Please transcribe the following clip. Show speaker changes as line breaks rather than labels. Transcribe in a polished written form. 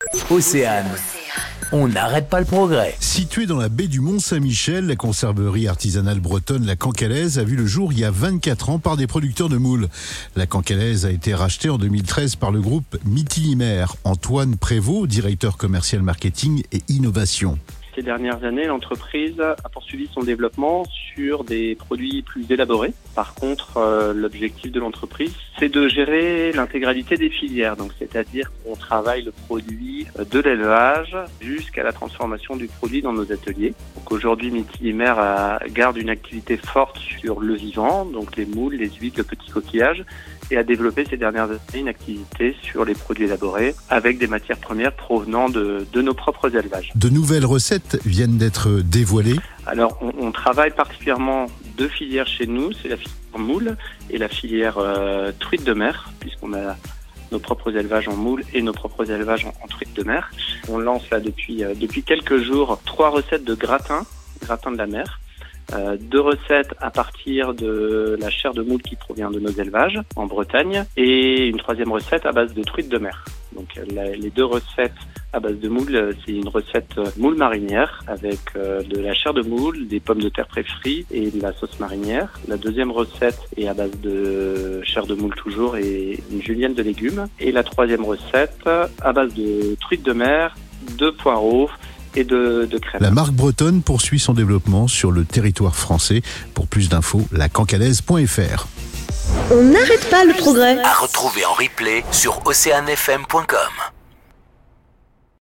Océane. On n'arrête pas le progrès.
Située dans la baie du Mont-Saint-Michel, la conserverie artisanale bretonne La Cancalaise a vu le jour il y a 24 ans par des producteurs de moules. La Cancalaise a été rachetée en 2013 par le groupe Mitilimer. Antoine Prévost, directeur commercial marketing et innovation.
Ces dernières années, l'entreprise a poursuivi son développement sur des produits plus élaborés. Par contre, l'objectif de l'entreprise, c'est de gérer l'intégralité des filières. Donc, c'est-à-dire qu'on travaille le produit de l'élevage jusqu'à la transformation du produit dans nos ateliers. Donc, aujourd'hui, Mitilimer garde une activité forte sur le vivant, donc les moules, les huîtres, le petit coquillage, et a développé ces dernières années une activité sur les produits élaborés avec des matières premières provenant de nos propres élevages.
De nouvelles recettes viennent d'être dévoilées.
Alors, on travaille particulièrement deux filières chez nous, c'est la filière moule et la filière truite de mer, puisqu'on a nos propres élevages en moule et nos propres élevages en truite de mer. On lance là depuis quelques jours 3 recettes de gratin de la mer. 2 recettes à partir de la chair de moule qui provient de nos élevages en Bretagne et une 3e recette à base de truite de mer. Donc les 2 recettes à base de moule, c'est une recette moule marinière avec de la chair de moule, des pommes de terre pré-frites et de la sauce marinière. La 2e recette est à base de chair de moule toujours et une julienne de légumes. Et la 3e recette à base de truite de mer, de poireaux et de crème.
La marque bretonne poursuit son développement sur le territoire français. Pour plus d'infos, lacancalaise.fr.
On n'arrête pas le progrès.
À retrouver en replay sur oceanfm.com.